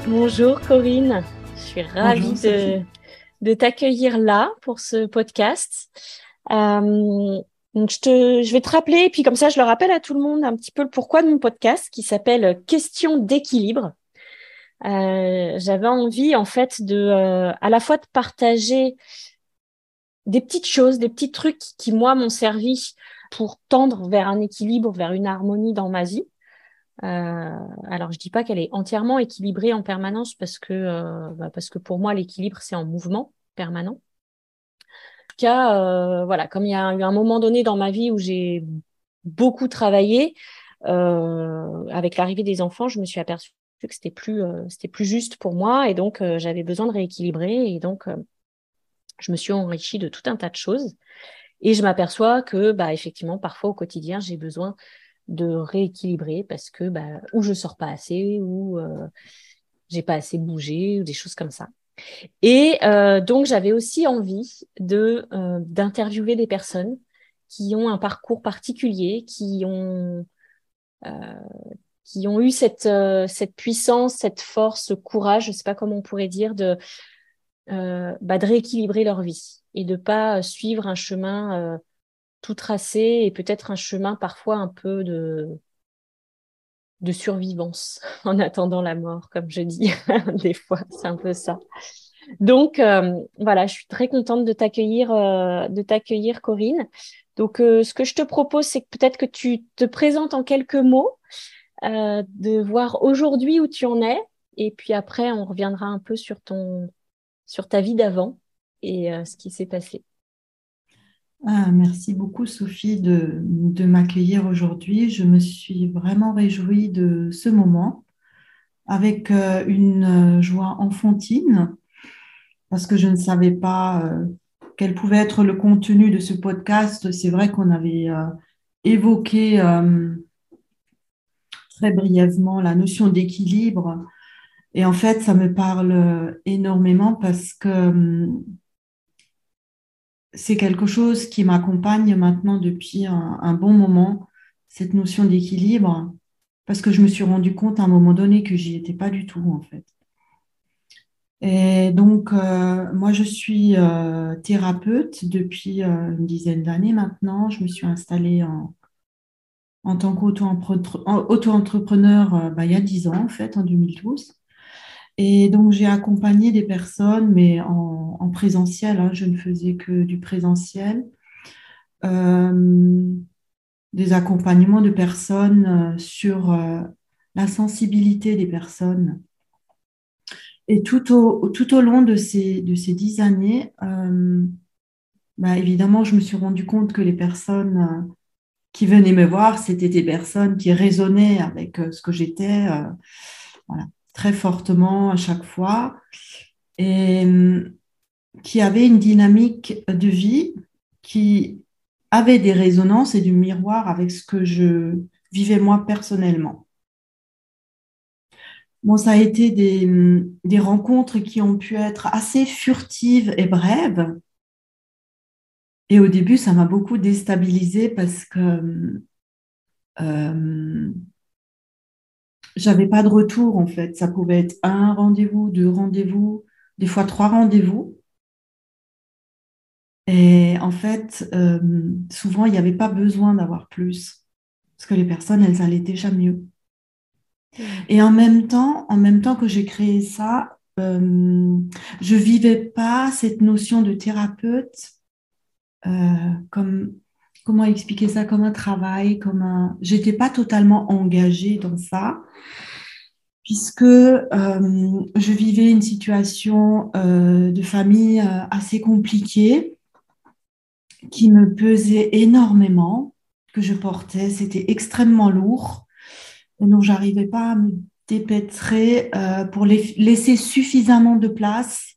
Bonjour Corinne, je suis ravie Bonjour Sophie. de t'accueillir là pour ce podcast. Donc je vais te rappeler, et puis comme ça je le rappelle à tout le monde un petit peu le pourquoi de mon podcast qui s'appelle Question d'équilibre. J'avais envie en fait à la fois de partager des petites choses, des petits trucs qui moi m'ont servi pour tendre vers un équilibre, vers une harmonie dans ma vie. Alors, je dis pas qu'elle est entièrement équilibrée en permanence parce que pour moi, l'équilibre, c'est en mouvement permanent. En tout cas, voilà, comme il y a eu un moment donné dans ma vie où j'ai beaucoup travaillé, avec l'arrivée des enfants, je me suis aperçue que c'était plus juste pour moi et donc j'avais besoin de rééquilibrer et donc je me suis enrichie de tout un tas de choses et je m'aperçois que, bah, effectivement, parfois au quotidien, j'ai besoin de rééquilibrer parce que ou je sors pas assez ou j'ai pas assez bougé ou des choses comme ça. Et donc j'avais aussi envie d'interviewer des personnes qui ont un parcours particulier, euh, qui ont eu cette puissance, cette force, ce courage, je sais pas comment on pourrait dire, de rééquilibrer leur vie et de pas suivre un chemin tout tracé et peut-être un chemin parfois un peu de survivance en attendant la mort, comme je dis des fois, c'est un peu ça. Donc voilà, je suis très contente de t'accueillir, Corinne. Donc ce que je te propose, c'est que peut-être que tu te présentes en quelques mots, de voir aujourd'hui où tu en es, et puis après on reviendra un peu sur ta vie d'avant et ce qui s'est passé. Merci beaucoup Sophie de m'accueillir aujourd'hui. Je me suis vraiment réjouie de ce moment avec une joie enfantine parce que je ne savais pas quel pouvait être le contenu de ce podcast. C'est vrai qu'on avait évoqué très brièvement la notion d'équilibre et en fait ça me parle énormément parce que c'est quelque chose qui m'accompagne maintenant depuis un bon moment, cette notion d'équilibre, parce que je me suis rendu compte à un moment donné que j'y étais pas du tout, en fait. Et donc, moi, je suis thérapeute depuis une dizaine d'années maintenant. Je me suis installée en tant qu'auto-entrepreneur il y a 10 ans, en fait, en 2012. Et donc, j'ai accompagné des personnes, mais en présentiel, hein, je ne faisais que du présentiel. euh, des accompagnements de personnes sur la sensibilité des personnes. Et tout au long de ces 10 années, évidemment, je me suis rendu compte que les personnes qui venaient me voir, c'était des personnes qui résonnaient avec ce que j'étais, voilà, très fortement à chaque fois, et qui avaient une dynamique de vie qui avait des résonances et du miroir avec ce que je vivais moi personnellement. Bon, ça a été des rencontres qui ont pu être assez furtives et brèves. Et au début, ça m'a beaucoup déstabilisée parce que euh, j'avais pas de retour en fait. Ça pouvait être un rendez-vous, deux rendez-vous, des fois trois rendez-vous. Et en fait, souvent, il n'y avait pas besoin d'avoir plus parce que les personnes, elles allaient déjà mieux. Mm. Et en même temps que j'ai créé ça, je vivais pas cette notion de thérapeute comme comment expliquer ça comme un travail, comme un. J'étais pas totalement engagée dans ça puisque je vivais une situation de famille assez compliquée qui me pesait énormément, que je portais, c'était extrêmement lourd. Et donc, j'arrivais pas à me dépêtrer pour laisser suffisamment de place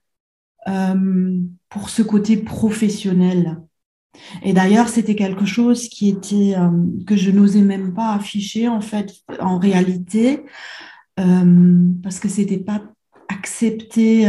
pour ce côté professionnel. Et d'ailleurs, c'était quelque chose qui était que je n'osais même pas afficher en fait, en réalité, parce que c'était pas accepté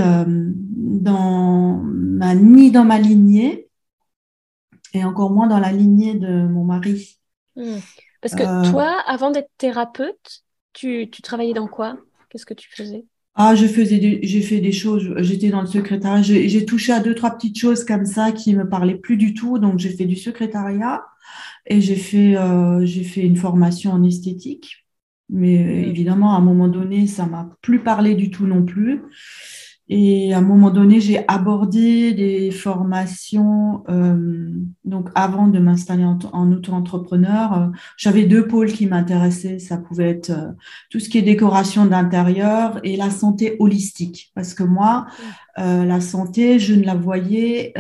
ni dans ma lignée et encore moins dans la lignée de mon mari. Mm. Parce que Euh, toi, avant d'être thérapeute, tu travaillais dans quoi? Qu'est-ce que tu faisais? Ah, j'ai fait des choses, j'étais dans le secrétariat, j'ai touché à deux, trois petites choses comme ça qui me parlaient plus du tout, donc j'ai fait du secrétariat et j'ai fait une formation en esthétique. Mais Mm. évidemment, à un moment donné, ça m'a plus parlé du tout non plus. Et à un moment donné, j'ai abordé des formations. Donc, avant de m'installer en auto-entrepreneur, j'avais deux pôles qui m'intéressaient. Ça pouvait être tout ce qui est décoration d'intérieur et la santé holistique. Parce que moi, la santé, je ne la voyais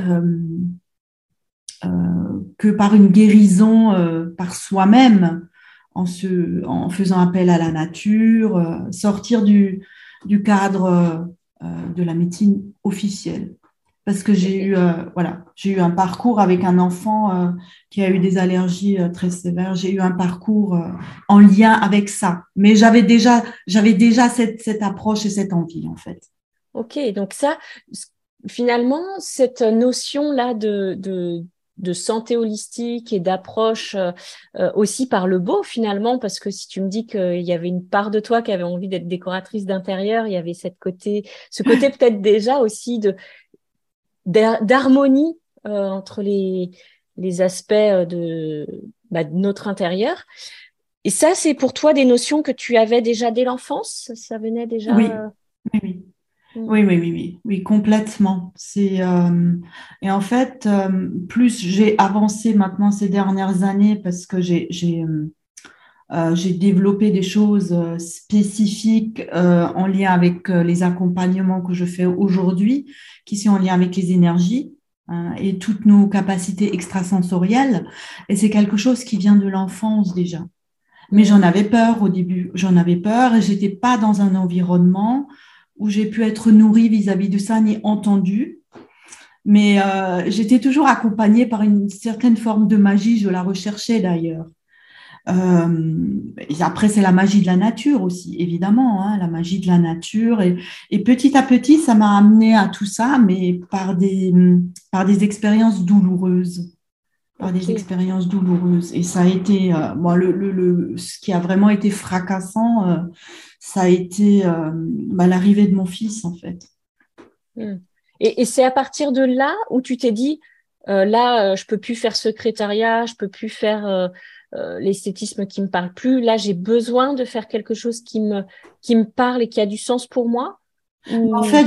que par une guérison par soi-même, en faisant appel à la nature, sortir du cadre de la médecine officielle. Parce que j'ai eu un parcours avec un enfant qui a eu des allergies très sévères. J'ai eu un parcours en lien avec ça. Mais j'avais déjà cette approche et cette envie, en fait. Ok, donc ça, finalement, cette notion-là de santé holistique et d'approche aussi par le beau, finalement, parce que si tu me dis qu'il y avait une part de toi qui avait envie d'être décoratrice d'intérieur, il y avait ce côté peut-être déjà aussi d'harmonie entre les aspects de notre intérieur. Et ça, c'est pour toi des notions que tu avais déjà dès l'enfance? Ça venait déjà... Oui, oui, oui. Hmm. Oui, complètement. Et en fait, plus j'ai avancé maintenant ces dernières années parce que j'ai développé des choses spécifiques en lien avec les accompagnements que je fais aujourd'hui, qui sont en lien avec les énergies, hein, et toutes nos capacités extrasensorielles. Et c'est quelque chose qui vient de l'enfance déjà. Mais j'en Hmm. avais peur au début. J'en avais peur et j'étais pas dans un environnement où j'ai pu être nourrie vis-à-vis de ça ni entendue. Mais j'étais toujours accompagnée par une certaine forme de magie. Je la recherchais d'ailleurs. Et après, c'est la magie de la nature aussi, évidemment, hein, la magie de la nature. Et petit à petit, ça m'a amené à tout ça, mais par des expériences douloureuses. Par des Ok. expériences douloureuses. Et ça a été, bon, ce qui a vraiment été fracassant, ça a été l'arrivée de mon fils, en fait. Hmm. Et c'est à partir de là où tu t'es dit, là, je peux plus faire secrétariat, je peux plus faire l'esthétisme qui me parle plus. Là, j'ai besoin de faire quelque chose qui me parle et qui a du sens pour moi. En Ou fait,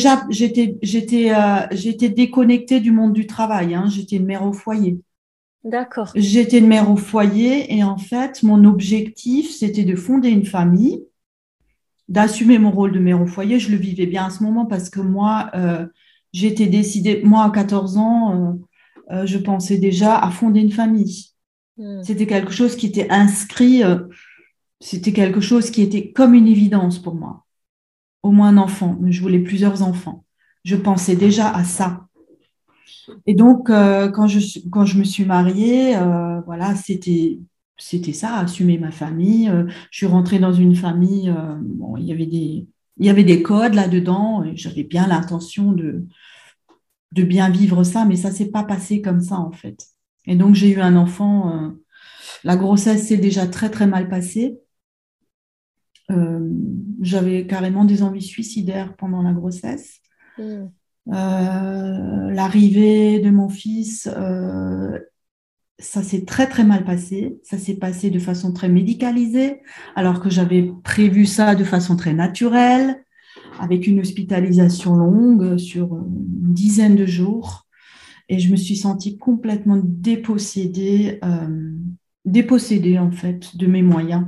j'étais déconnectée du monde du travail, hein. J'étais une mère au foyer. d'accord. J'étais une mère au foyer et en fait, mon objectif, c'était de fonder une famille, d'assumer mon rôle de mère au foyer. Je le vivais bien à ce moment parce que moi, j'étais décidée, moi, à 14 ans, je pensais déjà à fonder une famille. Hmm. C'était quelque chose qui était inscrit, c'était quelque chose qui était comme une évidence pour moi. Au moins un enfant, mais je voulais plusieurs enfants. Je pensais déjà à ça. Et donc, quand je me suis mariée, voilà, c'était ça, assumer ma famille. Je suis rentrée dans une famille, bon, il y avait des codes là-dedans, et j'avais bien l'intention de bien vivre ça, mais ça s'est pas passé comme ça, en fait. Et donc, j'ai eu un enfant, la grossesse s'est déjà très, très mal passée. Euh, J'avais carrément des envies suicidaires pendant la grossesse. Hmm. L'arrivée de mon fils, ça s'est très très mal passé. Ça s'est passé de façon très médicalisée, alors que j'avais prévu ça de façon très naturelle, avec une hospitalisation longue sur une dizaine de jours. Et je me suis sentie complètement dépossédée en fait de mes moyens.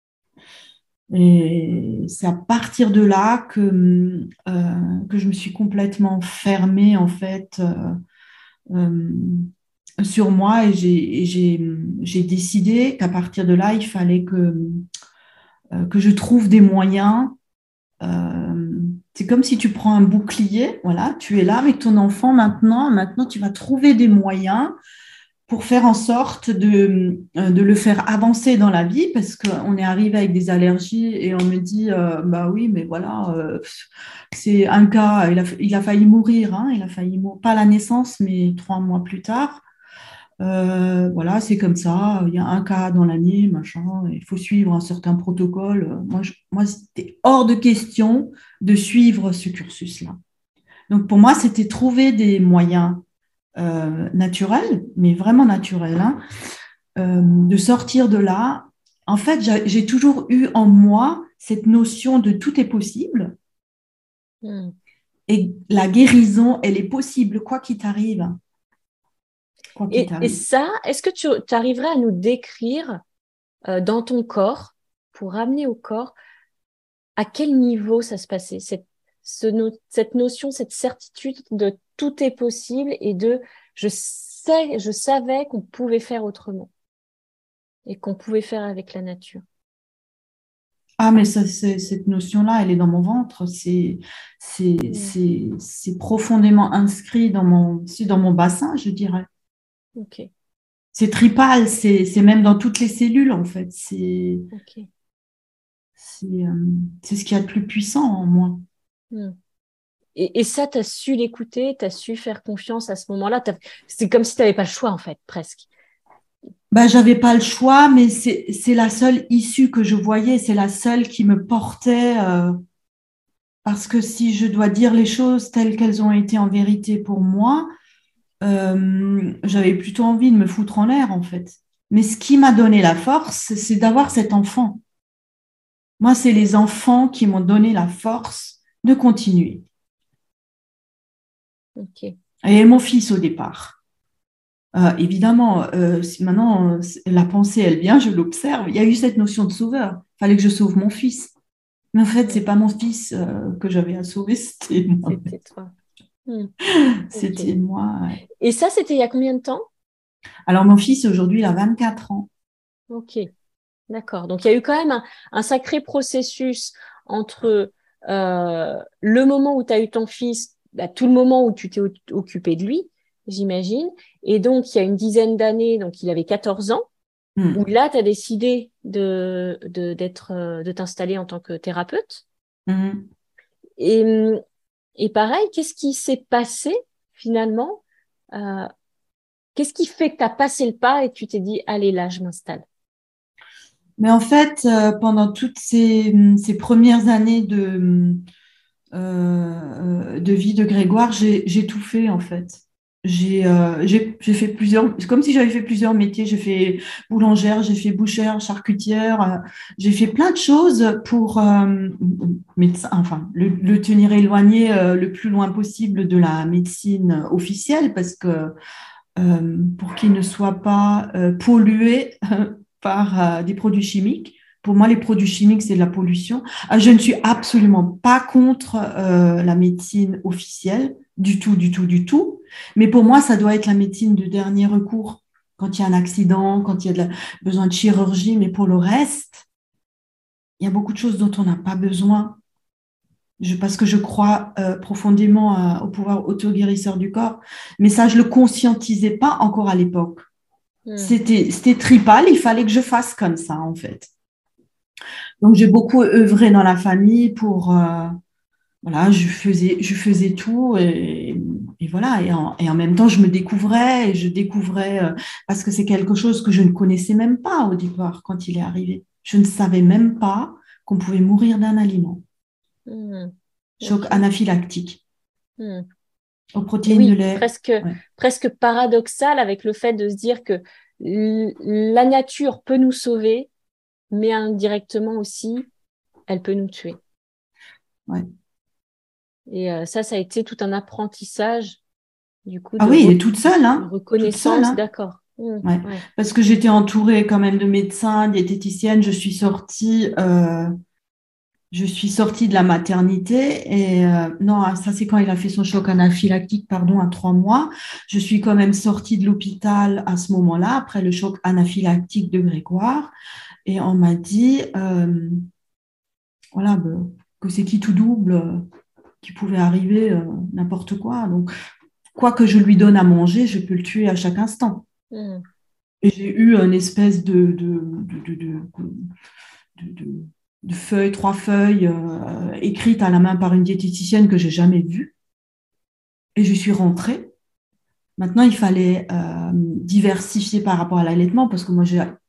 Et c'est à partir de là que je me suis complètement fermée en fait euh, sur moi et j'ai décidé qu'à partir de là, il fallait que je trouve des moyens. Euh, c'est comme si tu prends un bouclier, voilà, tu es là avec ton enfant maintenant tu vas trouver des moyens pour faire en sorte de le faire avancer dans la vie, parce qu'on est arrivé avec des allergies et on me dit, bah oui, mais voilà, c'est un cas, il a failli mourir, hein, il a failli mourir, pas à la naissance, mais 3 mois plus tard. Voilà, c'est comme ça, il y a un cas dans l'année, machin, il faut suivre un certain protocole. Moi, c'était hors de question de suivre ce cursus-là. Donc, pour moi, c'était trouver des moyens naturels, mais vraiment naturels, hein, de sortir de là. En fait, j'ai toujours eu en moi cette notion de tout est possible et la guérison, elle est possible, quoi qu'il t'arrive. Quoi qu'il Et t'arrive. ça, est-ce que tu arriverais à nous décrire dans ton corps, pour ramener au corps, à quel niveau ça se passait, cette notion, cette certitude de tout est possible et de je savais qu'on pouvait faire autrement et qu'on pouvait faire avec la nature. Ah, mais ça, cette notion-là, elle est dans mon ventre. C'est profondément inscrit dans mon bassin, je dirais. Ok, C'est tripal, c'est même dans toutes les cellules, en fait. ok. C'est ce qu'il y a de plus puissant en moi. Hmm. Et ça, tu as su l'écouter, tu as su faire confiance à ce moment-là. C'est comme si tu n'avais pas le choix, en fait, presque. Ben, j'avais pas le choix, mais c'est la seule issue que je voyais, c'est la seule qui me portait. Parce que si je dois dire les choses telles qu'elles ont été en vérité pour moi, j'avais plutôt envie de me foutre en l'air, en fait. Mais ce qui m'a donné la force, c'est d'avoir cet enfant. Moi, c'est les enfants qui m'ont donné la force de continuer. Ok. Et mon fils au départ. Évidemment, maintenant, la pensée, elle vient, je l'observe. Il y a eu cette notion de sauveur. Il fallait que je sauve mon fils. Mais en fait, c'est pas mon fils que j'avais à sauver, c'était moi. C'était toi. C'était Okay. moi. Ouais. Et ça, c'était il y a combien de temps? Alors, mon fils, aujourd'hui, il a 24 ans. Ok, d'accord. Donc, il y a eu quand même un sacré processus entre le moment où tu as eu ton fils, tout le moment où tu t'es occupé de lui, j'imagine. Et donc, il y a une dizaine d'années, donc il avait 14 ans, où là, tu as décidé de t'installer en tant que thérapeute. Mm. Et, et pareil, qu'est-ce qui s'est passé finalement? Euh, Qu'est-ce qui fait que tu as passé le pas et que tu t'es dit, allez, là, je m'installe? Mais en fait, pendant toutes ces premières années de vie de Grégoire, j'ai tout fait, en fait. J'ai fait plusieurs, c'est comme si j'avais fait plusieurs métiers. J'ai fait boulangère, j'ai fait bouchère, charcutière, j'ai fait plein de choses pour médecin, enfin, le tenir éloigné le plus loin possible de la médecine officielle parce que pour qu'il ne soit pas pollué par des produits chimiques. Pour moi, les produits chimiques, c'est de la pollution. Je ne suis absolument pas contre la médecine officielle, du tout, du tout, du tout. Mais pour moi, ça doit être la médecine de dernier recours, quand il y a un accident, quand il y a besoin de chirurgie. Mais pour le reste, il y a beaucoup de choses dont on n'a pas besoin. Parce que je crois profondément au pouvoir autoguérisseur du corps. Mais ça, je ne le conscientisais pas encore à l'époque. C'était tripal, il fallait que je fasse comme ça, en fait. Donc, j'ai beaucoup œuvré dans la famille pour... voilà, je faisais tout et voilà. Et en même temps, je me découvrais et je découvrais... parce que c'est quelque chose que je ne connaissais même pas au départ quand il est arrivé. Je ne savais même pas qu'on pouvait mourir d'un aliment. Choc anaphylactique. Aux Et protéines de oui, lait. Ouais. presque paradoxal avec le fait de se dire que la nature peut nous sauver, mais indirectement aussi, elle peut nous tuer. Ouais. Et ça a été tout un apprentissage, du coup, Ah oui, et toute seule, de hein. Toute seule, reconnaissance, hein. d'accord. Ouais. Ouais. Parce que j'étais entourée quand même de médecins, diététiciennes. Je suis sortie de la maternité et non, ça c'est quand il a fait son choc anaphylactique, pardon, à 3 mois. Je suis quand même sortie de l'hôpital à ce moment-là, après le choc anaphylactique de Grégoire. Et on m'a dit, voilà, que c'est qui tout double, qui pouvait arriver, n'importe quoi. Donc, quoi que je lui donne à manger, je peux le tuer à chaque instant. Et j'ai eu une espèce de feuilles, 3 feuilles écrites à la main par une diététicienne que j'ai jamais vue. Et je suis rentrée. Maintenant, il fallait diversifier par rapport à l'allaitement parce que moi, j'ai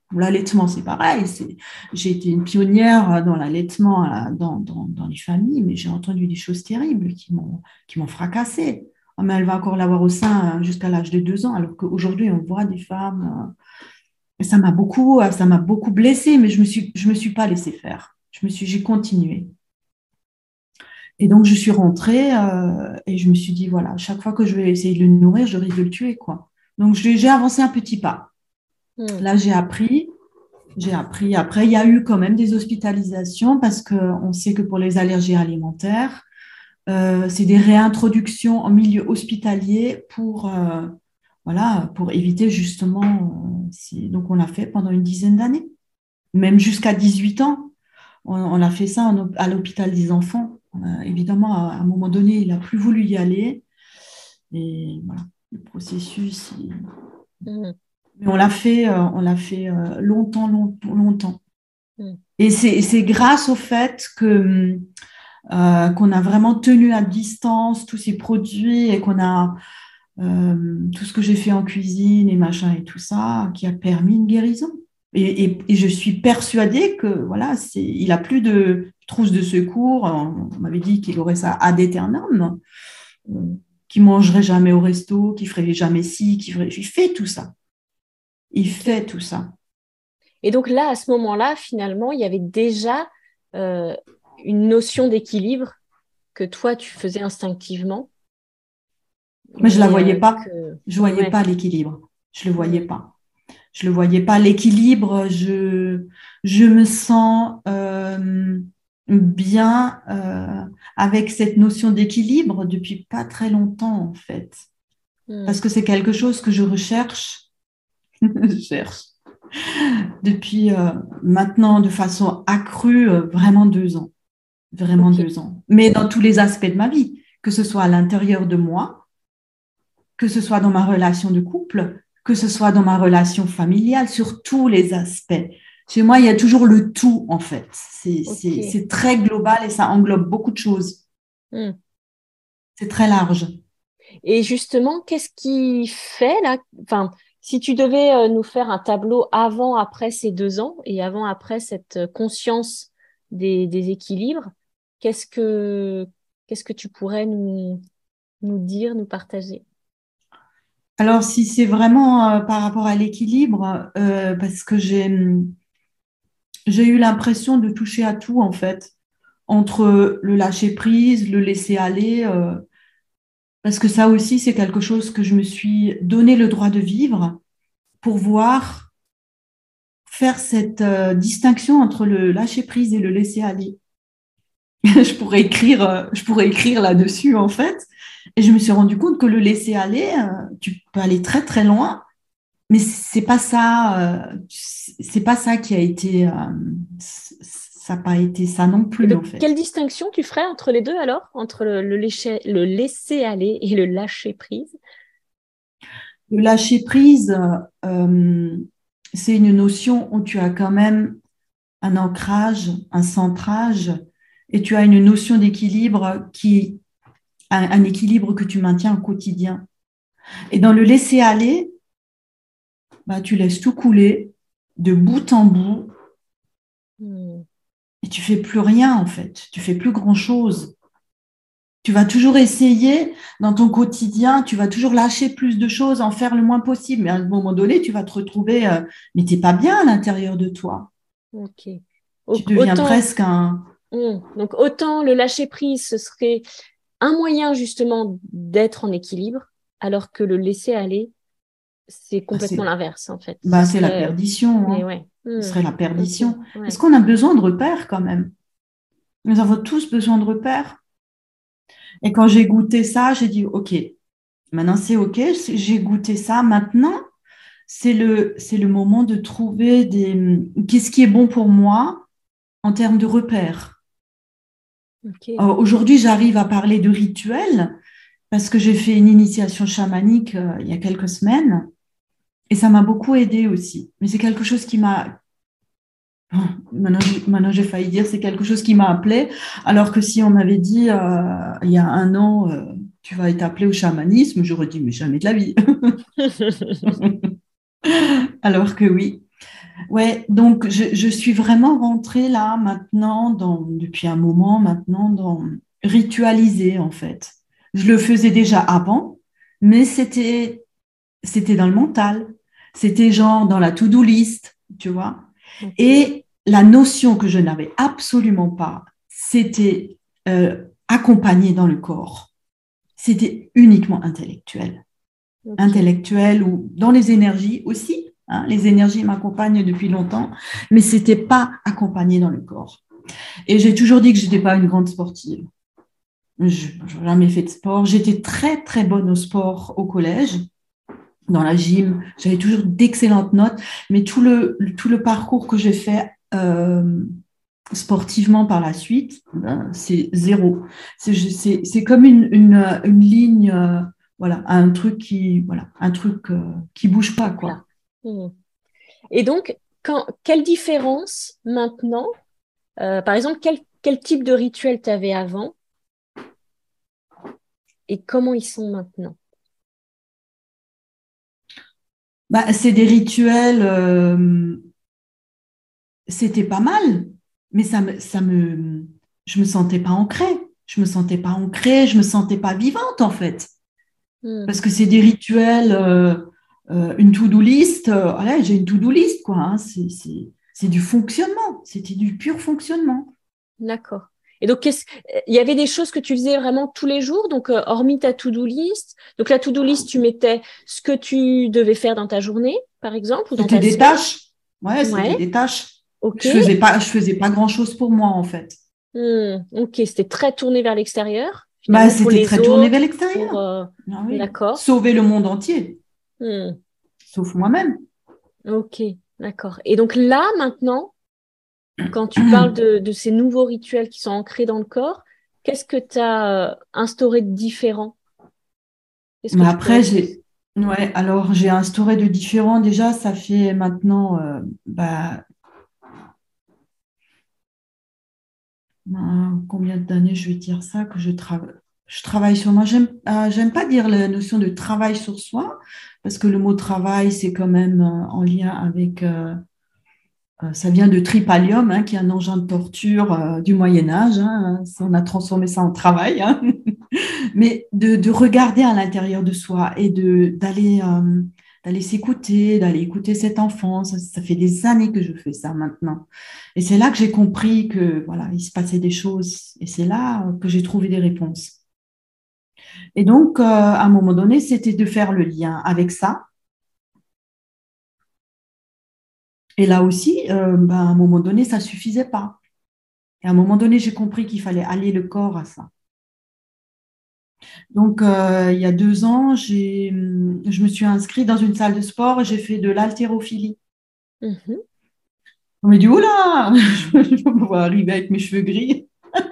L'allaitement, c'est pareil. J'ai été une pionnière dans l'allaitement dans les familles, mais j'ai entendu des choses terribles qui m'ont fracassée. Ah, mais elle va encore l'avoir au sein jusqu'à l'âge de 2 ans, alors qu'aujourd'hui, on voit des femmes. Et ça m'a beaucoup blessée, mais je me suis pas laissée faire. J'ai continué. Et donc, je suis rentrée et je me suis dit, voilà, chaque fois que je vais essayer de le nourrir, je risque de le tuer, quoi. Donc, j'ai avancé un petit pas. Là, j'ai appris. Après, il y a eu quand même des hospitalisations parce qu'on sait que pour les allergies alimentaires, c'est des réintroductions en milieu hospitalier voilà, pour éviter justement. Donc, on l'a fait pendant une dizaine d'années, même jusqu'à 18 ans. On a fait ça à l'hôpital des enfants. Évidemment, à un moment donné, il n'a plus voulu y aller. Et voilà, le processus. Mais on l'a fait longtemps, longtemps, longtemps. Et c'est grâce au fait qu'on a vraiment tenu à distance tous ces produits et qu'on a tout ce que j'ai fait en cuisine et machin et tout ça qui a permis une guérison. Et je suis persuadée que voilà, il a plus de trousse de secours. On m'avait dit qu'il aurait ça ad aeternam, qu'il mangerait jamais au resto, qu'il ferait jamais ci, il fait tout ça. Il fait tout ça. Et donc là, à ce moment-là, finalement, il y avait déjà une notion d'équilibre que toi, tu faisais instinctivement. Mais je la voyais pas. Je voyais pas l'équilibre. Je le voyais pas. Je le voyais pas l'équilibre. Je me sens bien avec cette notion d'équilibre depuis pas très longtemps en fait, parce que c'est quelque chose que je recherche. Je cherche depuis maintenant de façon accrue, vraiment 2 ans. Vraiment 2 ans. Mais dans tous les aspects de ma vie, que ce soit à l'intérieur de moi, que ce soit dans ma relation de couple, que ce soit dans ma relation familiale, sur tous les aspects. Chez moi, il y a toujours le tout, en fait. C'est très global et ça englobe beaucoup de choses. C'est très large. Et justement, qu'est-ce qui fait là, enfin, si tu devais nous faire un tableau avant-après ces 2 ans et avant-après cette conscience des équilibres, qu'est-ce que tu pourrais nous dire, nous partager? Alors, si c'est vraiment par rapport à l'équilibre, parce que j'ai eu l'impression de toucher à tout, en fait, entre le lâcher-prise, le laisser-aller, parce que ça aussi, c'est quelque chose que je me suis donné le droit de vivre pour faire cette distinction entre le lâcher-prise et le laisser-aller. Je pourrais écrire là-dessus, en fait. Et je me suis rendu compte que le laisser-aller, tu peux aller très, très loin, mais c'est pas ça qui a été, ça n'a pas été ça non plus, donc, en fait. quelle distinction tu ferais entre les deux alors, entre le laisser-aller et le lâcher-prise? Le lâcher-prise, c'est une notion où tu as quand même un ancrage, un centrage, et tu as une notion d'équilibre un équilibre que tu maintiens au quotidien. Et dans le laisser-aller, bah, tu laisses tout couler de bout en bout et tu fais plus rien en fait. Tu fais plus grand-chose. Tu vas toujours essayer dans ton quotidien, tu vas toujours lâcher plus de choses, en faire le moins possible. Mais à un moment donné, tu vas te retrouver, mais tu n'es pas bien à l'intérieur de toi. Tu deviens presque un... Donc, autant le lâcher-prise, ce serait un moyen justement d'être en équilibre, alors que le laisser-aller, c'est complètement l'inverse en fait. C'est la perdition. Ce serait la perdition. Est-ce qu'on a besoin de repères quand même? Nous avons tous besoin de repères. Et quand j'ai goûté ça, j'ai dit, OK, maintenant c'est OK, j'ai goûté ça. Maintenant, c'est le moment de trouver qu'est-ce qui est bon pour moi en termes de repères. Aujourd'hui, j'arrive à parler de rituels parce que j'ai fait une initiation chamanique il y a quelques semaines et ça m'a beaucoup aidé aussi. Mais c'est quelque chose qui m'a... Maintenant, j'ai failli dire c'est quelque chose qui m'a appelé, alors que si on m'avait dit il y a 1 an, tu vas être appelé au chamanisme, j'aurais dit mais jamais de la vie. Alors que oui. Ouais, donc je suis vraiment rentrée là maintenant, depuis un moment maintenant, dans ritualiser en fait. Je le faisais déjà avant, mais c'était dans le mental. C'était genre dans la to-do list, tu vois. Ok, Et la notion que je n'avais absolument pas, c'était accompagné dans le corps. C'était uniquement intellectuel. ok. Intellectuel ou dans les énergies aussi. Hein, les énergies m'accompagnent depuis longtemps, mais c'était pas accompagné dans le corps. Et j'ai toujours dit que je n'étais pas une grande sportive. Je n'ai jamais fait de sport. J'étais très, très bonne au sport au collège, dans la gym. J'avais toujours d'excellentes notes, mais tout le parcours que j'ai fait sportivement par la suite, ben, c'est zéro. C'est comme une ligne, voilà, un truc qui bouge pas, Plat. quoi. Hmm. Et donc, quelle différence maintenant, par exemple, quel type de rituel tu avais avant et comment ils sont maintenant? Bah, c'est des rituels, c'était pas mal, mais je me sentais pas ancrée. Je me sentais pas ancrée, je me sentais pas vivante en fait. Hmm. Parce que c'est des rituels, une to-do list. Voilà, j'ai une to-do list, quoi. Hein, c'est du fonctionnement. C'était du pur fonctionnement. D'accord. Et donc, il y avait des choses que tu faisais vraiment tous les jours, donc hormis ta to-do list. Donc, la to-do list, tu mettais ce que tu devais faire dans ta journée, par exemple, ou dans C'était ta des semaine. tâches. Ouais, c'était Ouais, des tâches. ok. Je faisais pas grand-chose pour moi, en fait. Ok, c'était très tourné vers l'extérieur, Bah, finalement, pour c'était les très tourné vers autres, pour... l'extérieur. Ah oui. D'accord. Sauver le monde entier, Hmm. sauf moi-même. Ok, d'accord. Et donc là, maintenant, quand tu parles de ces nouveaux rituels qui sont ancrés dans le corps, qu'est-ce que tu as instauré de différent? Qu'est-ce que Mais tu pourrais après, dire? j'ai instauré de différents. Déjà, ça fait maintenant combien d'années je vais dire ça que je travaille sur moi. J'aime pas dire la notion de travail sur soi parce que le mot travail, c'est quand même en lien avec ça vient de tripalium, hein, qui est un engin de torture du Moyen Âge. Hein. On a transformé ça en travail. Hein. Mais de regarder à l'intérieur de soi et d'aller s'écouter, d'aller écouter cet enfant. Ça fait des années que je fais ça maintenant. Et c'est là que j'ai compris que voilà, il se passait des choses. Et c'est là que j'ai trouvé des réponses. Et donc, à un moment donné, c'était de faire le lien avec ça. Et là aussi, à un moment donné, ça ne suffisait pas. Et à un moment donné, j'ai compris qu'il fallait allier le corps à ça. Donc, il y a 2 ans, je me suis inscrite dans une salle de sport et j'ai fait de l'haltérophilie. Mhm. On m'a dit, oula, je vais pouvoir arriver avec mes cheveux gris.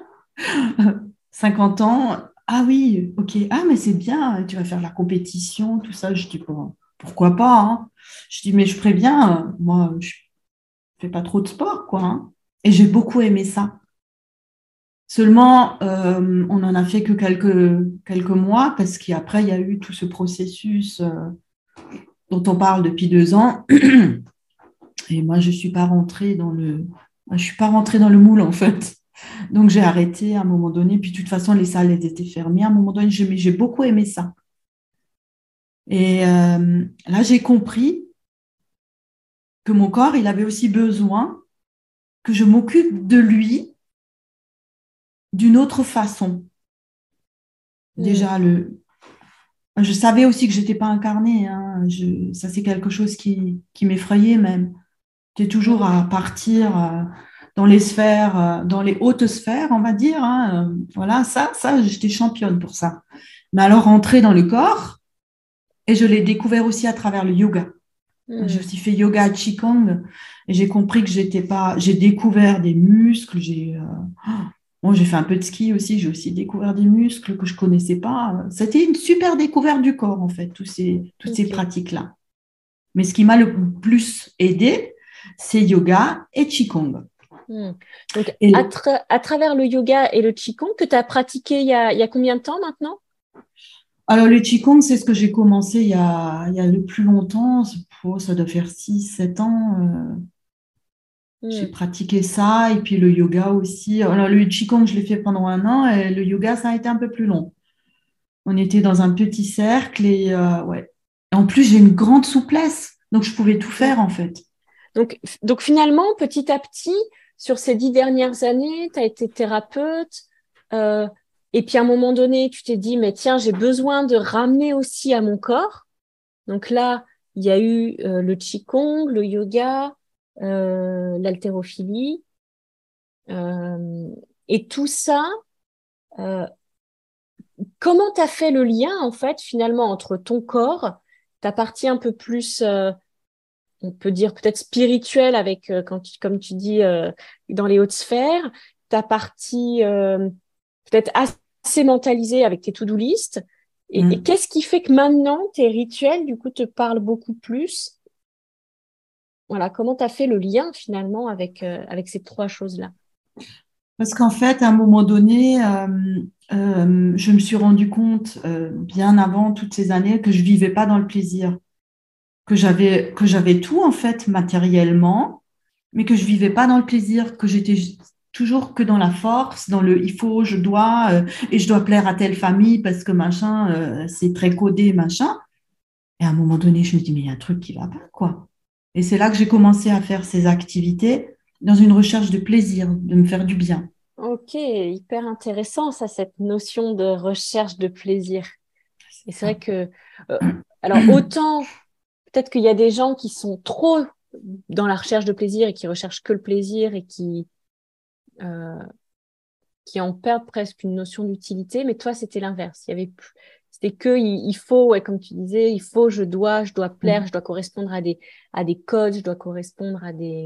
50 ans. Ah oui, ok. Ah, mais c'est bien, tu vas faire la compétition, tout ça. Je dis, bon, pourquoi pas, hein. Je dis, mais je préviens, moi, je fais pas trop de sport, quoi. Hein. Et j'ai beaucoup aimé ça. Seulement, on n'en a fait que quelques mois parce qu'après, il y a eu tout ce processus dont on parle depuis 2 ans. Et moi, je suis pas rentrée dans le moule, en fait. Donc, j'ai arrêté à un moment donné. Puis, de toute façon, les salles elles étaient fermées. À un moment donné, j'ai beaucoup aimé ça. Et là, j'ai compris que mon corps, il avait aussi besoin que je m'occupe de lui d'une autre façon. Hmm. Déjà, je savais aussi que je n'étais pas incarnée. Hein. Ça, c'est quelque chose qui m'effrayait même. Tu es toujours Ouais. à partir dans les sphères, dans les hautes sphères, on va dire. Hein. Voilà, ça, j'étais championne pour ça. Mais alors, rentrer dans le corps, et je l'ai découvert aussi à travers le yoga. J'ai Hmm. aussi fait yoga à Qigong et j'ai compris que j'étais pas. J'ai découvert des muscles. Bon, j'ai fait un peu de ski aussi. J'ai aussi découvert des muscles que je connaissais pas. C'était une super découverte du corps en fait, toutes ces Ok. pratiques-là. Mais ce qui m'a le plus aidé, c'est yoga et Qigong. Hmm. Donc, Et à travers le yoga et le qigong que tu as pratiqué il y a combien de temps maintenant? alors le Qigong, c'est ce que j'ai commencé il y a le plus longtemps. Ça doit faire 6, 7 ans. J'ai pratiqué ça et puis le yoga aussi. Alors, le Qigong, je l'ai fait pendant 1 an et le yoga, ça a été un peu plus long. On était dans un petit cercle et ouais. En plus, j'ai une grande souplesse, donc je pouvais tout faire en fait. Donc finalement, petit à petit, sur ces 10 dernières années, tu as été thérapeute. Et puis à un moment donné, tu t'es dit, mais tiens, j'ai besoin de ramener aussi à mon corps. Donc là, il y a eu le Qigong, le yoga, l'haltérophilie. Et tout ça, euh, comment tu as fait le lien, en fait, finalement, entre ton corps, ta partie un peu plus, on peut dire peut-être spirituelle, avec, comme tu dis, dans les hautes sphères, ta partie peut-être assez mentalisée avec tes to-do list. Et qu'est-ce qui fait que maintenant, tes rituels, du coup, te parlent beaucoup plus? Voilà, comment tu as fait le lien, finalement, avec ces trois choses-là? Parce qu'en fait, à un moment donné, je me suis rendu compte, bien avant toutes ces années, que je vivais pas dans le plaisir, que j'avais tout en fait matériellement, mais que je vivais pas dans le plaisir, que j'étais toujours que dans la force, dans le il faut, je dois, et je dois plaire à telle famille parce que machin, c'est très codé, machin. Et à un moment donné, je me dis, mais il y a un truc qui va pas, quoi. Et c'est là que j'ai commencé à faire ces activités dans une recherche de plaisir, de me faire du bien. Ok, hyper intéressant, ça, cette notion de recherche de plaisir. Et c'est vrai que, euh, alors autant, peut-être qu'il y a des gens qui sont trop dans la recherche de plaisir et qui recherchent que le plaisir et euh, qui en perdent presque une notion d'utilité, mais toi, c'était l'inverse. Il y avait c'était que il faut, ouais, comme tu disais, il faut, je dois plaire, je dois correspondre à des codes, je dois correspondre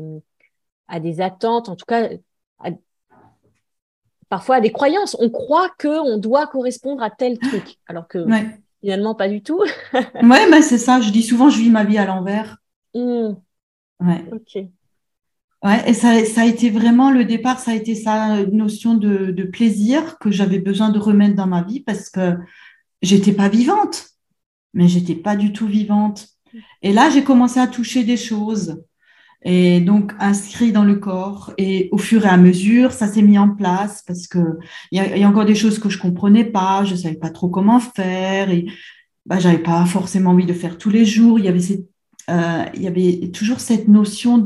à des attentes, en tout cas, à, parfois à des croyances. On croit qu'on doit correspondre à tel truc, alors que Ouais, finalement, pas du tout. ouais, mais c'est ça. Je dis souvent, je vis ma vie à l'envers. Ouais. Ok. Ouais, et ça a été vraiment le départ, ça a été sa notion de plaisir que j'avais besoin de remettre dans ma vie parce que j'étais pas vivante, mais j'étais pas du tout vivante. Et là, j'ai commencé à toucher des choses et donc inscrit dans le corps. Et au fur et à mesure, ça s'est mis en place parce que il y a encore des choses que je comprenais pas, je savais pas trop comment faire et bah, j'avais pas forcément envie de faire tous les jours. Il y avait toujours cette notion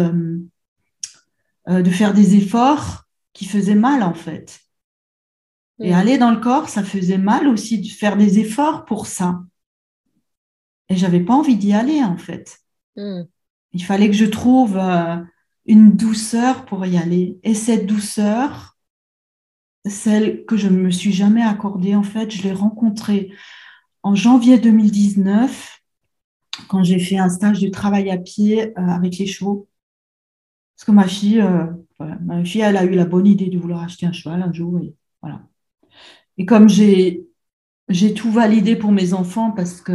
de faire des efforts qui faisaient mal en fait. Et Mm. aller dans le corps, ça faisait mal aussi de faire des efforts pour ça. Et j'avais pas envie d'y aller en fait. Mm. Il fallait que je trouve une douceur pour y aller. Et cette douceur, celle que je ne me suis jamais accordée, en fait, je l'ai rencontrée en janvier 2019 quand j'ai fait un stage de travail à pied avec les chevaux. Parce que voilà, ma fille, elle a eu la bonne idée de vouloir acheter un cheval un jour. Et, voilà. Et comme j'ai tout validé pour mes enfants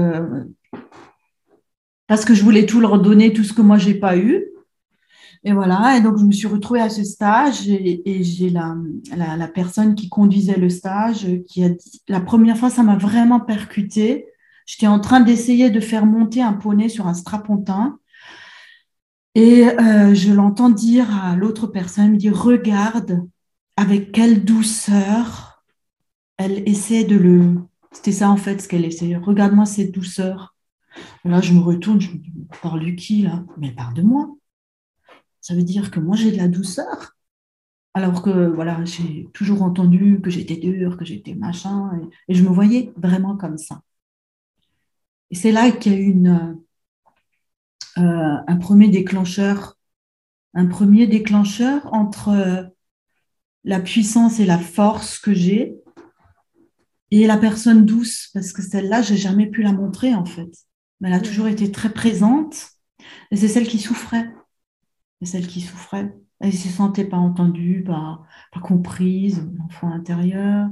parce que je voulais tout leur donner, tout ce que moi, j'ai pas eu. Et voilà, et donc je me suis retrouvée à ce stage et j'ai la personne qui conduisait le stage qui a dit, la première fois, ça m'a vraiment percuté. J'étais en train d'essayer de faire monter un poney sur un strapontin et je l'entends dire à l'autre personne, elle me dit, regarde avec quelle douceur elle essaie de le... C'était ça en fait ce qu'elle essayait. Regarde-moi cette douceur. Là, je me retourne, je me dis, parle de qui là? Mais elle parle de moi. Ça veut dire que moi, j'ai de la douceur. Alors que voilà, j'ai toujours entendu que j'étais dure, que j'étais machin, et je me voyais vraiment comme ça. Et c'est là qu'il y a eu un premier déclencheur entre la puissance et la force que j'ai et la personne douce, parce que celle-là, j'ai jamais pu la montrer en fait. Mais elle a toujours Mm. été très présente, et c'est celle qui souffrait. C'est celle qui souffrait. Elle ne se sentait pas entendue, pas comprise, l'enfant intérieur.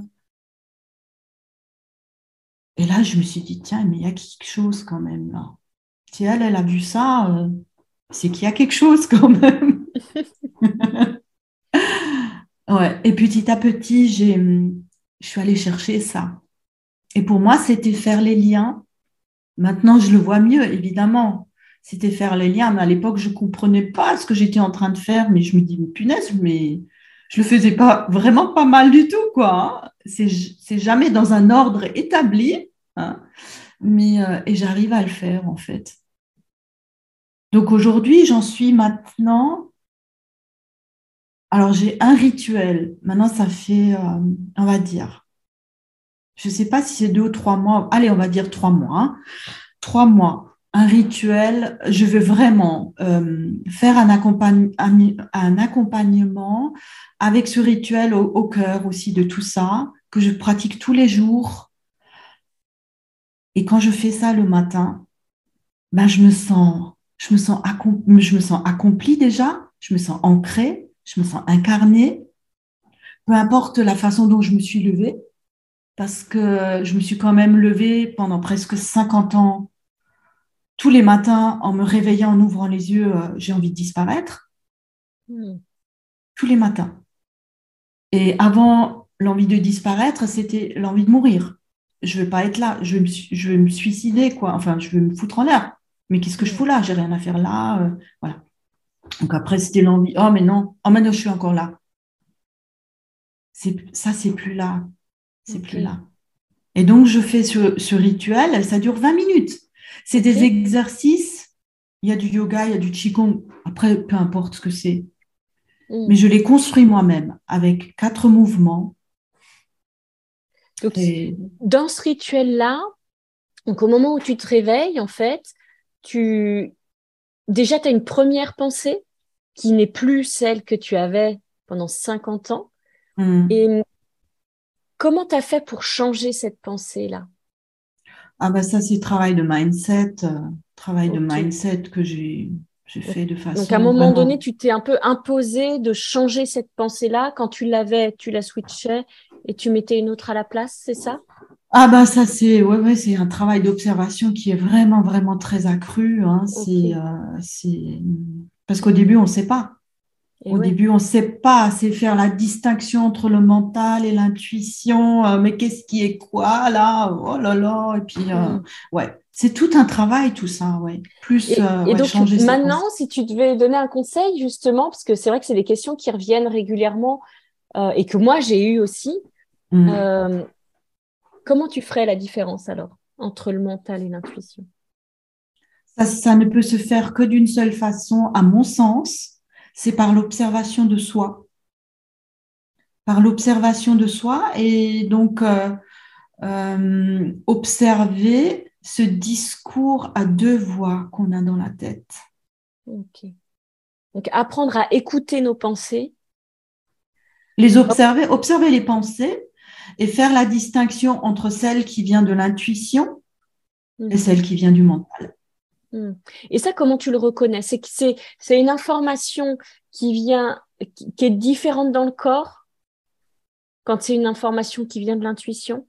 Et là, je me suis dit, tiens, mais il y a quelque chose quand même là. Si elle a vu ça, c'est qu'il y a quelque chose quand même. Ouais. Et petit à petit, je suis allée chercher ça. Et pour moi, c'était faire les liens. Maintenant, je le vois mieux, évidemment. c'était faire les liens. Mais à l'époque, je ne comprenais pas ce que j'étais en train de faire, mais je me dis, mais punaise, mais je le faisais pas vraiment pas mal du tout, quoi. Hein. C'est jamais dans un ordre établi, hein, mais et j'arrive à le faire en fait. Donc aujourd'hui, j'en suis maintenant. Alors j'ai un rituel. Maintenant, ça fait, on va dire, je ne sais pas si c'est 2 ou 3 mois. Allez, on va dire 3 mois. Hein. 3 mois. Un rituel. Je veux vraiment faire un accompagnement avec ce rituel au cœur aussi de tout ça que je pratique tous les jours. Et quand je fais ça le matin, ben je me sens accomplie déjà, je me sens ancrée, je me sens incarnée, peu importe la façon dont je me suis levée, parce que je me suis quand même levée pendant presque 50 ans, tous les matins, en me réveillant, en ouvrant les yeux, j'ai envie de disparaître, tous les matins. Et avant l'envie de disparaître, c'était l'envie de mourir. Je ne veux pas être là, je vais me suicider, quoi. Enfin, je vais me foutre en l'air. Mais qu'est-ce que je fous là? J'ai rien à faire là. Voilà. Donc après, c'était l'envie. Oh, mais non. Oh, maintenant, je suis encore là. Ça, c'est plus là. C'est plus là. Et donc, je fais ce rituel. Ça dure 20 minutes. C'est des exercices. Il y a du yoga, il y a du qigong. Après, peu importe ce que c'est. Mais je les construis moi-même avec 4 mouvements. Donc, dans ce rituel-là, donc au moment où tu te réveilles, en fait, déjà, tu as une première pensée qui n'est plus celle que tu avais pendant 50 ans. Et comment tu as fait pour changer cette pensée-là? Ah ben ça, c'est travail de mindset, que j'ai fait de façon Donc, à un moment vraiment... donné, tu t'es un peu imposé de changer cette pensée-là. Quand tu l'avais, tu la switchais et tu mettais une autre à la place, c'est ça? Ah ben ça, c'est c'est un travail d'observation qui est vraiment, vraiment très accru. Hein. Parce qu'au début, on ne sait pas. Début, on ne sait pas. C'est faire la distinction entre le mental et l'intuition. Mais qu'est-ce qui est quoi, là? Oh là là. Et puis, c'est tout un travail, tout ça. Ouais. Plus et donc, changer maintenant, si tu devais donner un conseil, justement, parce que c'est vrai que c'est des questions qui reviennent régulièrement et que moi, j'ai eu aussi. Comment tu ferais la différence alors entre le mental et l'intuition? Ça ne peut se faire que d'une seule façon, à mon sens, c'est par l'observation de soi. Par l'observation de soi et donc observer ce discours à 2 voix qu'on a dans la tête. Ok. Donc apprendre à écouter nos pensées. Les observer les pensées et faire la distinction entre celle qui vient de l'intuition et celle qui vient du mental. Et ça, comment tu le reconnais? C'est une information qui est différente dans le corps quand c'est une information qui vient de l'intuition?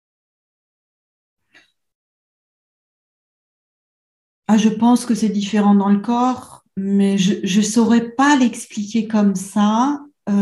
Ah, je pense que c'est différent dans le corps, mais je ne saurais pas l'expliquer comme ça.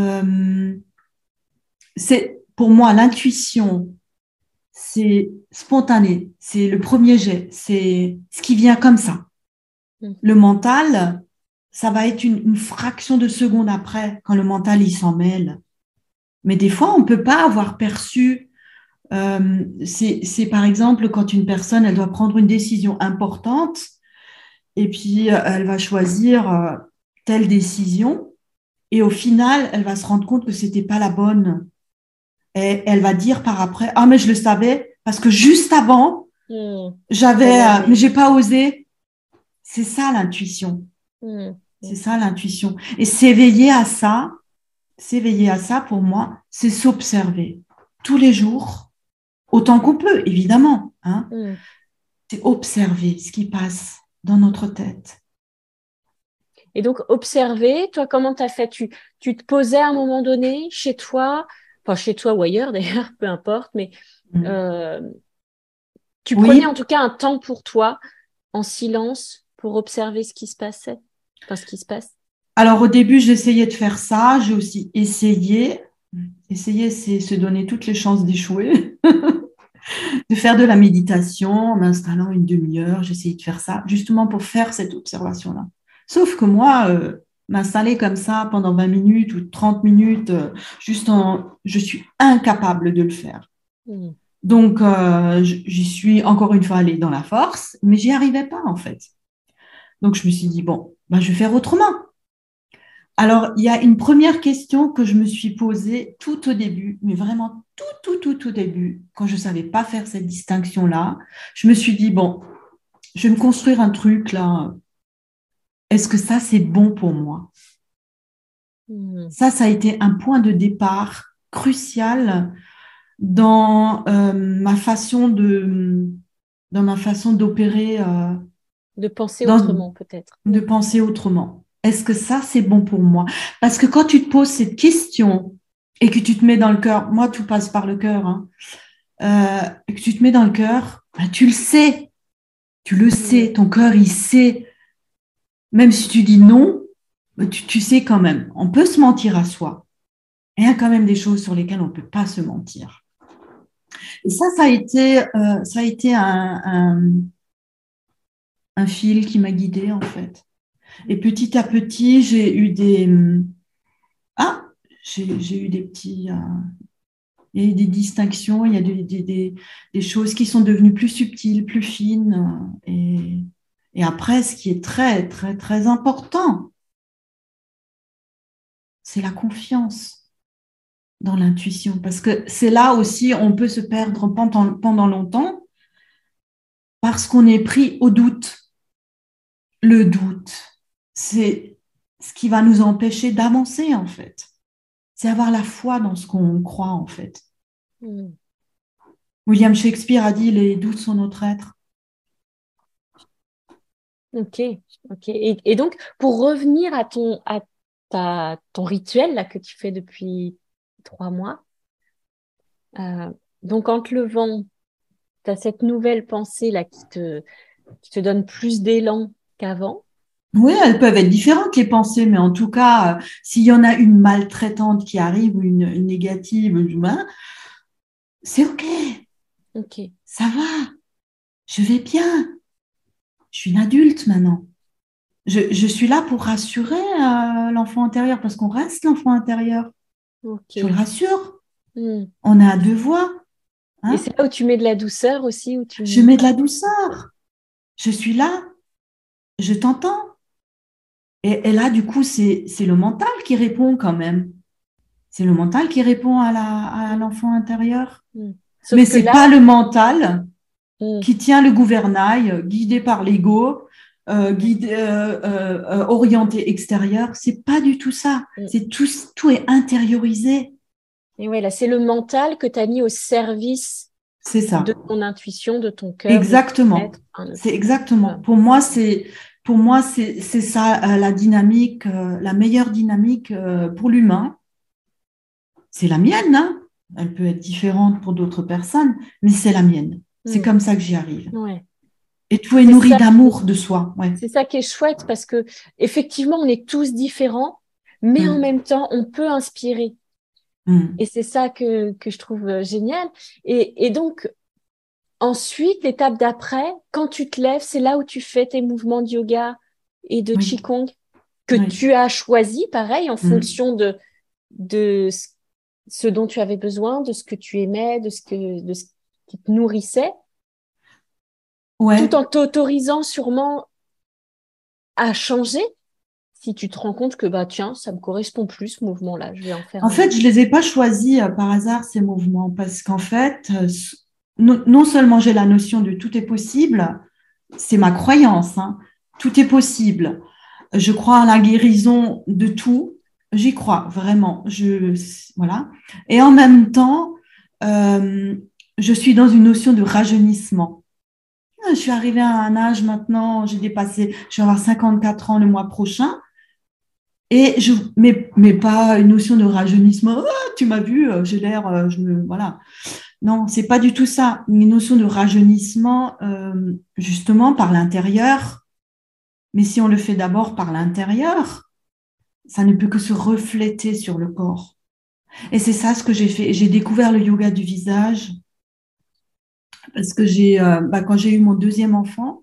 C'est pour moi l'intuition, c'est spontané, c'est le premier jet, c'est ce qui vient comme ça. Le mental, ça va être une fraction de seconde après, quand le mental il s'en mêle. Mais des fois, on ne peut pas avoir perçu. C'est par exemple quand une personne, elle doit prendre une décision importante et puis elle va choisir telle décision et au final, elle va se rendre compte que c'était pas la bonne. Et elle va dire par après, ah mais je le savais parce que juste avant, mais j'ai pas osé. C'est ça l'intuition. C'est ça l'intuition. Et s'éveiller à ça, pour moi, c'est s'observer tous les jours, autant qu'on peut, évidemment. Hein. C'est observer ce qui passe dans notre tête. Et donc, observer, toi, comment tu as fait? Tu te posais à un moment donné chez toi, enfin chez toi ou ailleurs d'ailleurs, peu importe, mais tu prenais en tout cas un temps pour toi, en silence, pour observer ce qui se passait, enfin ce qui se passe. Alors au début, j'essayais de faire ça, j'ai aussi essayé. Essayer, c'est se donner toutes les chances d'échouer. de faire de la méditation en m'installant une demi-heure. J'essayais de faire ça justement pour faire cette observation-là. Sauf que moi, m'installer comme ça pendant 20 minutes ou 30 minutes, je suis incapable de le faire. Mm. Donc, j'y suis encore une fois allée dans la force, mais j'y arrivais pas en fait. Donc, je me suis dit, bon, ben, je vais faire autrement. Alors, il y a une première question que je me suis posée tout au début, mais vraiment tout au début, quand je ne savais pas faire cette distinction-là. Je me suis dit, bon, je vais me construire un truc là. Est-ce que ça, c'est bon pour moi? Ça a été un point de départ crucial dans ma façon d'opérer, De penser autrement, peut-être. de penser autrement. Est-ce que ça, c'est bon pour moi? Parce que quand tu te poses cette question et que tu te mets dans le cœur, moi, tout passe par le cœur, hein, que tu te mets dans le cœur, ben, tu le sais, ton cœur, il sait. Même si tu dis non, ben, tu sais quand même. On peut se mentir à soi. Il y a quand même des choses sur lesquelles on ne peut pas se mentir. Et ça a été un fil qui m'a guidée, en fait. Et petit à petit, j'ai eu des petits, il y a eu des distinctions, il y a des choses qui sont devenues plus subtiles, plus fines. Et après, ce qui est très, très, très important, c'est la confiance dans l'intuition. Parce que c'est là aussi, on peut se perdre pendant longtemps parce qu'on est pris au doute. Le doute, c'est ce qui va nous empêcher d'avancer, en fait. C'est avoir la foi dans ce qu'on croit, en fait. William Shakespeare a dit, les doutes sont notre être. Ok. Et donc, pour revenir à ton rituel là, que tu fais depuis 3 mois, donc en te levant, tu as cette nouvelle pensée là qui te donne plus d'élan qu'avant. Oui, elles peuvent être différentes, les pensées, mais en tout cas, s'il y en a une maltraitante qui arrive ou une négative, c'est OK, ça va, je vais bien, je suis une adulte maintenant. Je suis là pour rassurer l'enfant intérieur, parce qu'on reste l'enfant intérieur. Je vous le rassure, on a deux voix. Et c'est là où tu mets de la douceur aussi, Je mets de la douceur. Je suis là, je t'entends. Et là, du coup, c'est le mental qui répond quand même. C'est le mental qui répond à l'enfant intérieur. Mais ce n'est pas le mental qui tient le gouvernail, guidé par l'ego, orienté extérieur. Ce n'est pas du tout ça. Tout est intériorisé. Et ouais, là, c'est le mental que tu as mis au service de ton intuition, de ton cœur. Exactement. C'est exactement. Pour moi, c'est ça la dynamique, la meilleure dynamique pour l'humain. C'est la mienne, hein. Elle peut être différente pour d'autres personnes, mais c'est la mienne. C'est comme ça que j'y arrive. Ouais. Et tout est nourri d'amour de soi. Ouais. C'est ça qui est chouette parce que effectivement, on est tous différents, mais en même temps, on peut inspirer. Et c'est ça que je trouve génial. Et donc, ensuite, l'étape d'après, quand tu te lèves, c'est là où tu fais tes mouvements de yoga et de Qigong que tu as choisi, pareil, en fonction de ce dont tu avais besoin, de ce que tu aimais, de ce qui te nourrissait, tout en t'autorisant sûrement à changer si tu te rends compte que, bah tiens, ça me correspond plus, ce mouvement-là, je vais en faire En fait, je ne les ai pas choisis par hasard, ces mouvements, parce qu'en fait, non seulement j'ai la notion de tout est possible, c'est ma croyance, hein, tout est possible. Je crois à la guérison de tout. J'y crois vraiment. Voilà. Et en même temps, je suis dans une notion de rajeunissement. Je suis arrivée à un âge maintenant, je vais avoir 54 ans le mois prochain. Mais pas une notion de rajeunissement. Oh, tu m'as vu, j'ai l'air, voilà. Non, c'est pas du tout ça. Une notion de rajeunissement, justement, par l'intérieur. Mais si on le fait d'abord par l'intérieur, ça ne peut que se refléter sur le corps. Et c'est ça ce que j'ai fait. J'ai découvert le yoga du visage parce que quand j'ai eu mon deuxième enfant,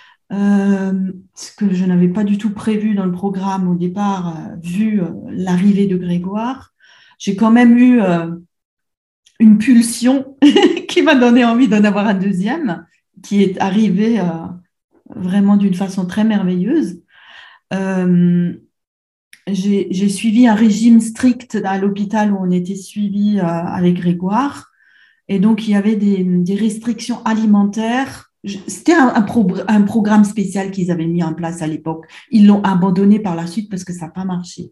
ce que je n'avais pas du tout prévu dans le programme au départ, vu l'arrivée de Grégoire, j'ai quand même eu une pulsion qui m'a donné envie d'en avoir un deuxième, qui est arrivé vraiment d'une façon très merveilleuse. Euh, j'ai suivi un régime strict à l'hôpital où on était suivi avec Grégoire. Et donc, il y avait des restrictions alimentaires. C'était un programme spécial qu'ils avaient mis en place à l'époque. Ils l'ont abandonné par la suite parce que ça n'a pas marché.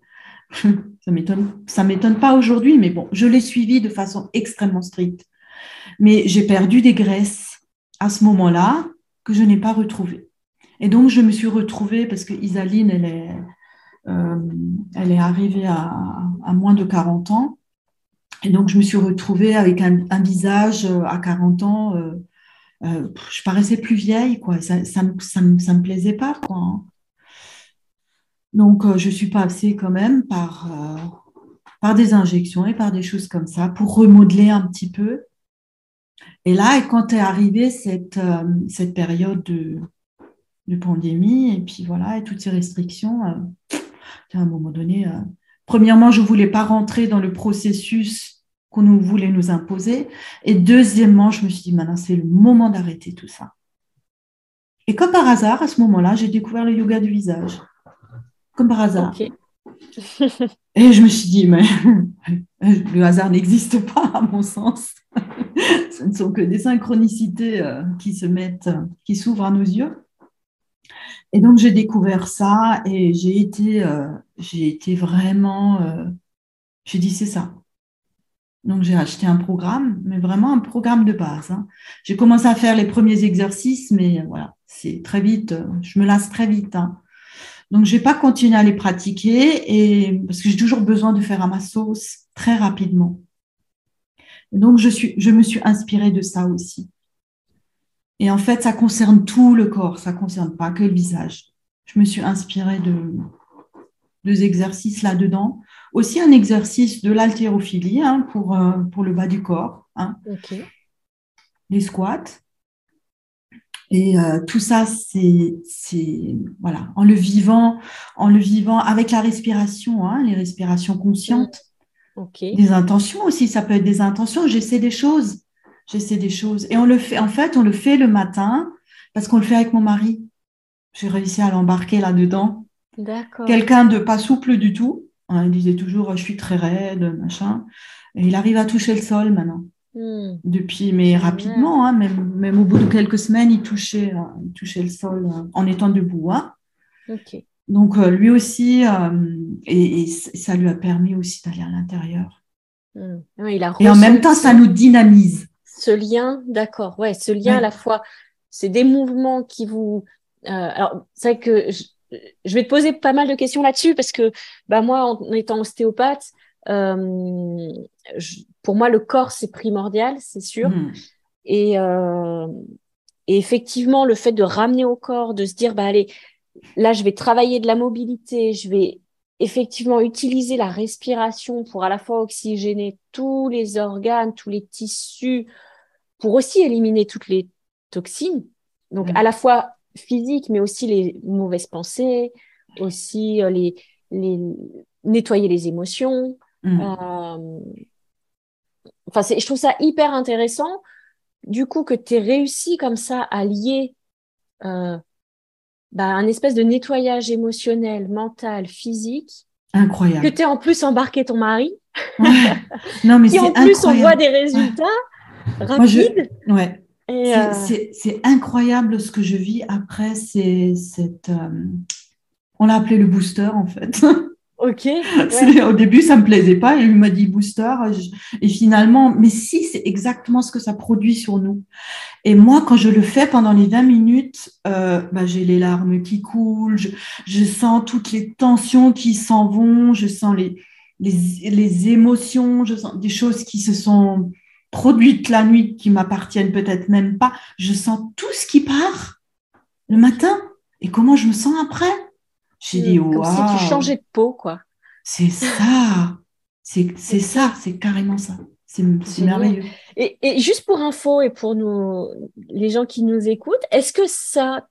Ça m'étonne pas aujourd'hui, mais bon, je l'ai suivi de façon extrêmement stricte. Mais j'ai perdu des graisses à ce moment-là que je n'ai pas retrouvées. Et donc, je me suis retrouvée parce que Isaline, elle est arrivée à moins de 40 ans. Et donc, je me suis retrouvée avec un visage à 40 ans. Je paraissais plus vieille, quoi. Ça me plaisait pas, quoi, hein. Donc, je suis passée quand même par des injections et par des choses comme ça pour remodeler un petit peu. Et là, quand est arrivée cette période de pandémie, et puis voilà, et toutes ces restrictions, à un moment donné, premièrement, je ne voulais pas rentrer dans le processus qu'on nous voulait nous imposer. Et deuxièmement, je me suis dit, maintenant, c'est le moment d'arrêter tout ça. Et comme par hasard, à ce moment-là, j'ai découvert le yoga du visage. Comme par hasard. Okay. Et je me suis dit, mais le hasard n'existe pas, à mon sens. Ce ne sont que des synchronicités qui s'ouvrent à nos yeux. Et donc, j'ai découvert ça et j'ai été vraiment... j'ai dit, c'est ça. Donc, j'ai acheté un programme, mais vraiment un programme de base, hein. J'ai commencé à faire les premiers exercices, mais voilà, c'est très vite, je me lasse très vite, hein. Donc, je n'ai pas continué à les pratiquer parce que j'ai toujours besoin de faire à ma sauce très rapidement. Et donc, je me suis inspirée de ça aussi. Et en fait, ça concerne tout le corps, ça ne concerne pas que le visage. Je me suis inspirée de deux exercices là-dedans. Aussi un exercice de l'haltérophilie, hein, pour le bas du corps, hein. Okay. Les squats. Et tout ça, c'est voilà, en le vivant avec la respiration, hein, les respirations conscientes, Okay. des intentions aussi, ça peut être des intentions. J'essaie des choses. Et on le fait le matin parce qu'on le fait avec mon mari. J'ai réussi à l'embarquer là-dedans. D'accord. Quelqu'un de pas souple du tout. Il disait toujours, je suis très raide, machin. Et il arrive à toucher le sol maintenant. Depuis, mais rapidement, hein, même au bout de quelques semaines, il touchait le sol en étant debout, hein. Okay. Donc, lui aussi, et ça lui a permis aussi d'aller à l'intérieur. Oui, et en même temps, ça nous dynamise. Ce lien, d'accord, ouais, ce lien à la fois, c'est des mouvements qui vous... alors, c'est vrai que je vais te poser pas mal de questions là-dessus parce que moi, en étant ostéopathe, pour moi, le corps, c'est primordial, c'est sûr. Et effectivement, le fait de ramener au corps, de se dire, allez, là, je vais travailler de la mobilité, je vais effectivement utiliser la respiration pour à la fois oxygéner tous les organes, tous les tissus, pour aussi éliminer toutes les toxines. Donc, à la fois physiques, mais aussi les mauvaises pensées, aussi les nettoyer les émotions. Je trouve ça hyper intéressant, du coup, que tu aies réussi comme ça à lier un espèce de nettoyage émotionnel, mental, physique. Incroyable. Que tu aies en plus embarqué ton mari. Ouais. Non, mais qui en plus, incroyable. On voit des résultats rapides. Ouais. C'est incroyable ce que je vis après. On l'a appelé le booster, en fait. Ok. Ouais. Au début, ça ne me plaisait pas. Il m'a dit booster. Et finalement, mais si, c'est exactement ce que ça produit sur nous. Et moi, quand je le fais pendant les 20 minutes, j'ai les larmes qui coulent, je sens toutes les tensions qui s'en vont, je sens les émotions, je sens des choses qui se sont produites la nuit, qui m'appartiennent peut-être même pas. Je sens tout ce qui part le matin. Et comment je me sens après? J'ai dit, waouh. Comme si tu changeais de peau, quoi. C'est ça. C'est ça, c'est carrément ça. C'est Génial. merveilleux. Et juste pour info et pour les gens qui nous écoutent, est-ce que ça,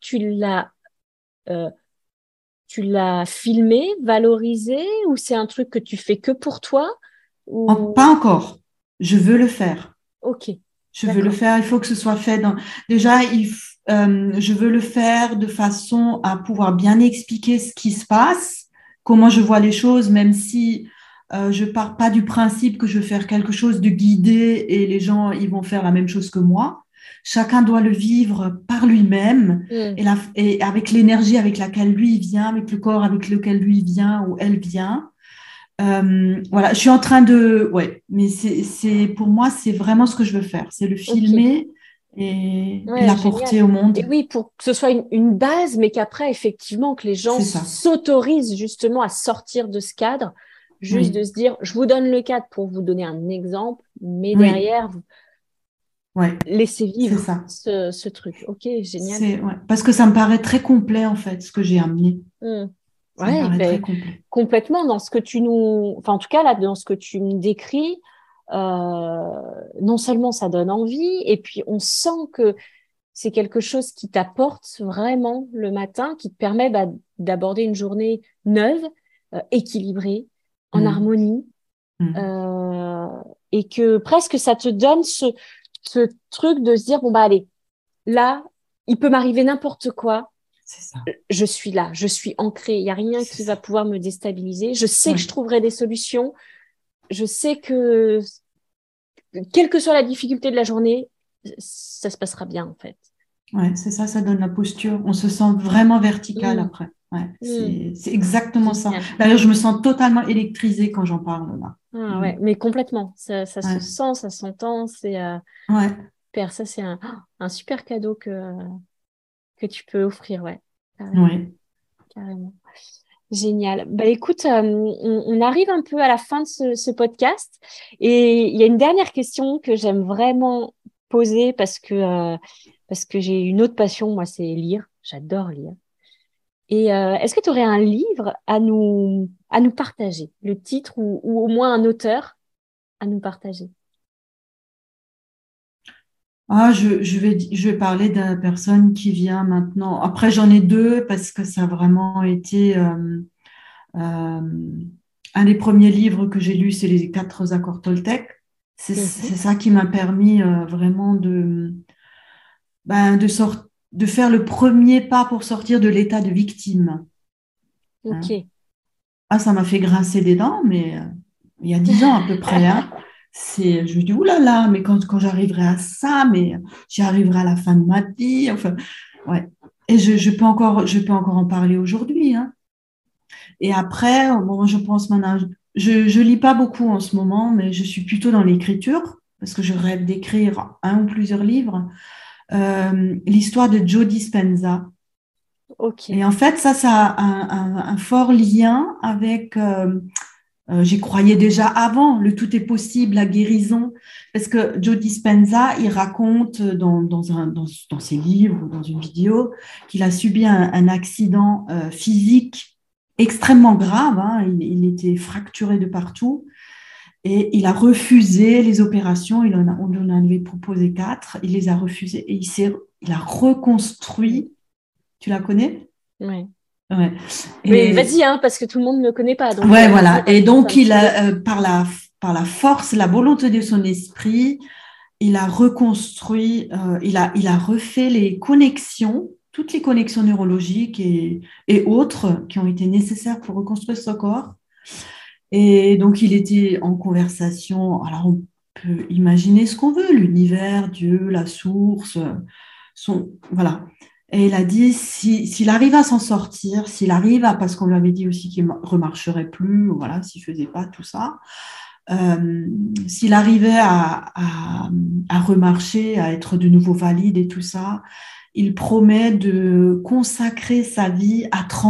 euh, tu l'as filmé, valorisé, ou c'est un truc que tu fais que pour toi? Pas Ou... encore. Je veux le faire. Ok, Je veux le d'accord. faire. Il faut que ce soit fait dans. Déjà, je veux le faire de façon à pouvoir bien expliquer ce qui se passe, comment je vois les choses, même si je pars pas du principe que je veux faire quelque chose de guidé et les gens ils vont faire la même chose que moi. Chacun doit le vivre par lui-même Hmm. et avec l'énergie avec laquelle lui il vient, avec le corps avec lequel lui il vient ou elle vient. Voilà, je suis en train de, ouais, mais pour moi, c'est vraiment ce que je veux faire, c'est le Ok. filmer et Ouais, génial. l'apporter au Et monde. oui, pour que ce soit une base, mais qu'après, effectivement, que les gens C'est ça. s'autorisent justement à sortir de ce cadre, juste de Oui, se dire, je vous donne le cadre pour vous donner un exemple, mais oui, derrière, vous ouais, laissez c'est vivre ça. ce truc. Ok, génial. Ouais, parce que ça me paraît très complet en fait, ce que j'ai amené. Hmm. Ça me Ouais, paraît très ben, complet. complètement dans ce que tu nous... Enfin, en tout cas, là, dans ce que tu me décris, non seulement ça donne envie, et puis on sent que c'est quelque chose qui t'apporte vraiment le matin, qui te permet d'aborder une journée neuve, équilibrée, en Mm, harmonie, mm. euh, et que presque ça te donne ce truc de se dire, bon, bah allez, là, il peut m'arriver n'importe quoi, C'est ça, je suis là, je suis ancrée, il n'y a rien c'est qui va ça. pouvoir me déstabiliser, je sais que je Ouais, trouverai des solutions, je sais que quelle que soit la difficulté de la journée, ça se passera bien en fait. ouais, c'est ça, ça donne la posture. On se sent vraiment vertical Mm, après. Ouais, mm, c'est exactement ça. génial. D'ailleurs, je me sens totalement électrisée quand j'en parle là. Ah Mm. ouais, mais complètement. Ça se Ouais, sent, ça s'entend. C'est ouais, super. Ça, c'est un super cadeau que tu peux offrir. Ouais, carrément. ouais. Carrément. Génial. Bah, écoute, on arrive un peu à la fin de ce podcast. Et il y a une dernière question que j'aime vraiment poser parce que j'ai une autre passion, moi, c'est lire. J'adore lire. Et est-ce que tu aurais un livre à nous partager, le titre ou au moins un auteur à nous partager? Ah, je vais parler de la personne qui vient maintenant. Après, j'en ai deux parce que ça a vraiment été euh, un des premiers livres que j'ai lus, c'est les quatre accords Toltec. Mhm. C'est ça qui m'a permis vraiment de faire le premier pas pour sortir de l'état de victime. Hein. Ok. Ah, ça m'a fait grincer des dents, mais il y a 10 ans à peu près. Hein. Je me dis, oulala, mais quand j'arriverai à ça, mais j'y arriverai à la fin de ma vie. Enfin, ouais. Et je peux encore en parler aujourd'hui. Hein. Et après, bon, je pense maintenant, je lis pas beaucoup en ce moment, mais je suis plutôt dans l'écriture parce que je rêve d'écrire un ou plusieurs livres. L'histoire de Joe Dispenza. Ok. Et en fait, ça a un fort lien avec j'y croyais déjà avant, le tout est possible, la guérison, parce que Joe Dispenza, il raconte dans ses livres ou dans une vidéo qu'il a subi un accident physique extrêmement grave, hein. Il était fracturé de partout et il a refusé les opérations, on lui en avait proposé 4, il les a refusées et il a Mm. reconstruit, tu la connais? Ouais. Ouais. Mais Et vas-y, hein, parce que tout le monde ne me connaît pas, donc ouais, vas-y, voilà. Et raconte un donc, petit peu. par la force, la volonté de son esprit, il a reconstruit, il a refait les connexions, toutes les connexions neurologiques et autres qui ont été nécessaires pour reconstruire son corps. Et donc, il était en conversation. Alors, on peut imaginer ce qu'on veut, l'univers, Dieu, la source, voilà. Et il a dit, s'il arrive à s'en sortir, s'il arrive à, parce qu'on lui avait dit aussi qu'il ne remarcherait plus, voilà, s'il ne faisait pas tout ça, euh, s'il arrivait à remarcher, à être de nouveau valide et tout ça, il promet de consacrer sa vie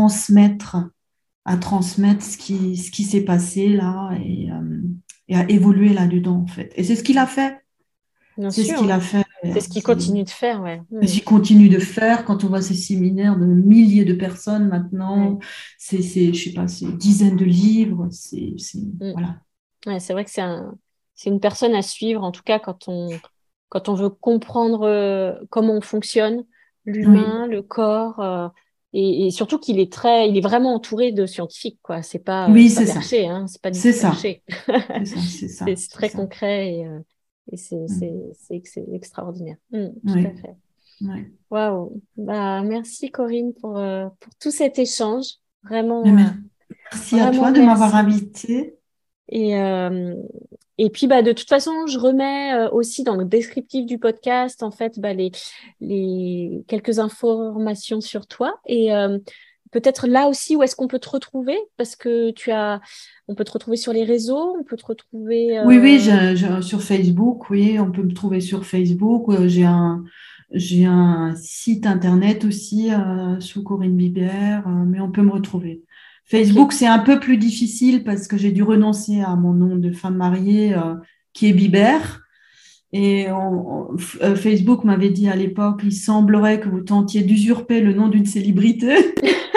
à transmettre ce qui s'est passé là et à évoluer là-dedans, en fait. Et c'est ce qu'il a fait. Bien C'est ce sûr, qu'il ouais. a fait. C'est ce qu'il continue de faire, ouais. Et Mm. j'y continue de faire quand on voit ces séminaires de milliers de personnes Ouais. maintenant, je sais pas, c'est dizaines de livres, Mm. voilà. Ouais, c'est vrai que c'est une personne à suivre, en tout cas quand on veut comprendre comment on fonctionne, Oui, l'humain, le corps, et surtout qu'il il est vraiment entouré de scientifiques, quoi. oui, C'est pas c'est ça. perché, hein, c'est pas du C'est tout ça. perché. C'est ça. C'est ça. C'est C'est très ça. concret et Mm. c'est extraordinaire. Tout à Oui. fait. Oui. Waouh. Bah, merci Corinne pour tout cet échange. Mais Vraiment, merci à vraiment toi de m'avoir merci. invitée. Et, et puis, bah, de toute façon, je remets aussi dans le descriptif du podcast, en fait, bah, les quelques informations sur toi. Et peut-être là aussi, où est-ce qu'on peut te retrouver? Parce que on peut te retrouver sur les réseaux, on peut te retrouver. Oui, oui, sur Facebook, oui, on peut me trouver sur Facebook. J'ai un site internet aussi sous Corinne Bibert, mais on peut me retrouver. Ok. Facebook, c'est un peu plus difficile parce que j'ai dû renoncer à mon nom de femme mariée qui est Bibert. Et Facebook m'avait dit à l'époque, il semblerait que vous tentiez d'usurper le nom d'une célébrité.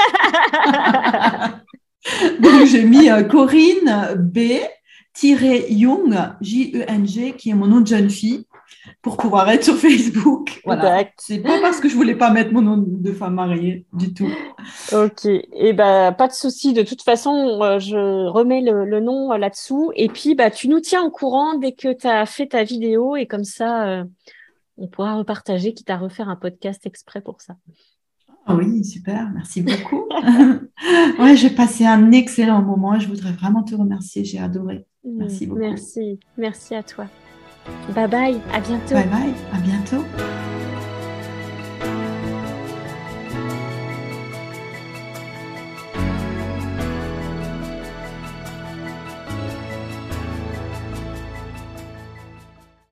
Donc, j'ai mis Corinne B-Jung, Jung, qui est mon nom de jeune fille, pour pouvoir être sur Facebook. Voilà. D'accord. C'est pas parce que je voulais pas mettre mon nom de femme mariée du tout. Ok, et bah pas de souci. De toute façon, je remets le nom là-dessous. Et puis bah tu nous tiens au courant dès que tu as fait ta vidéo et comme ça on pourra repartager, quitte à refaire un podcast exprès pour ça. Ah oui, super, merci beaucoup. Ouais, j'ai passé un excellent moment et je voudrais vraiment te remercier. J'ai adoré. Merci beaucoup. Merci, merci à toi. Bye bye, à Bye bientôt. bye, à bientôt.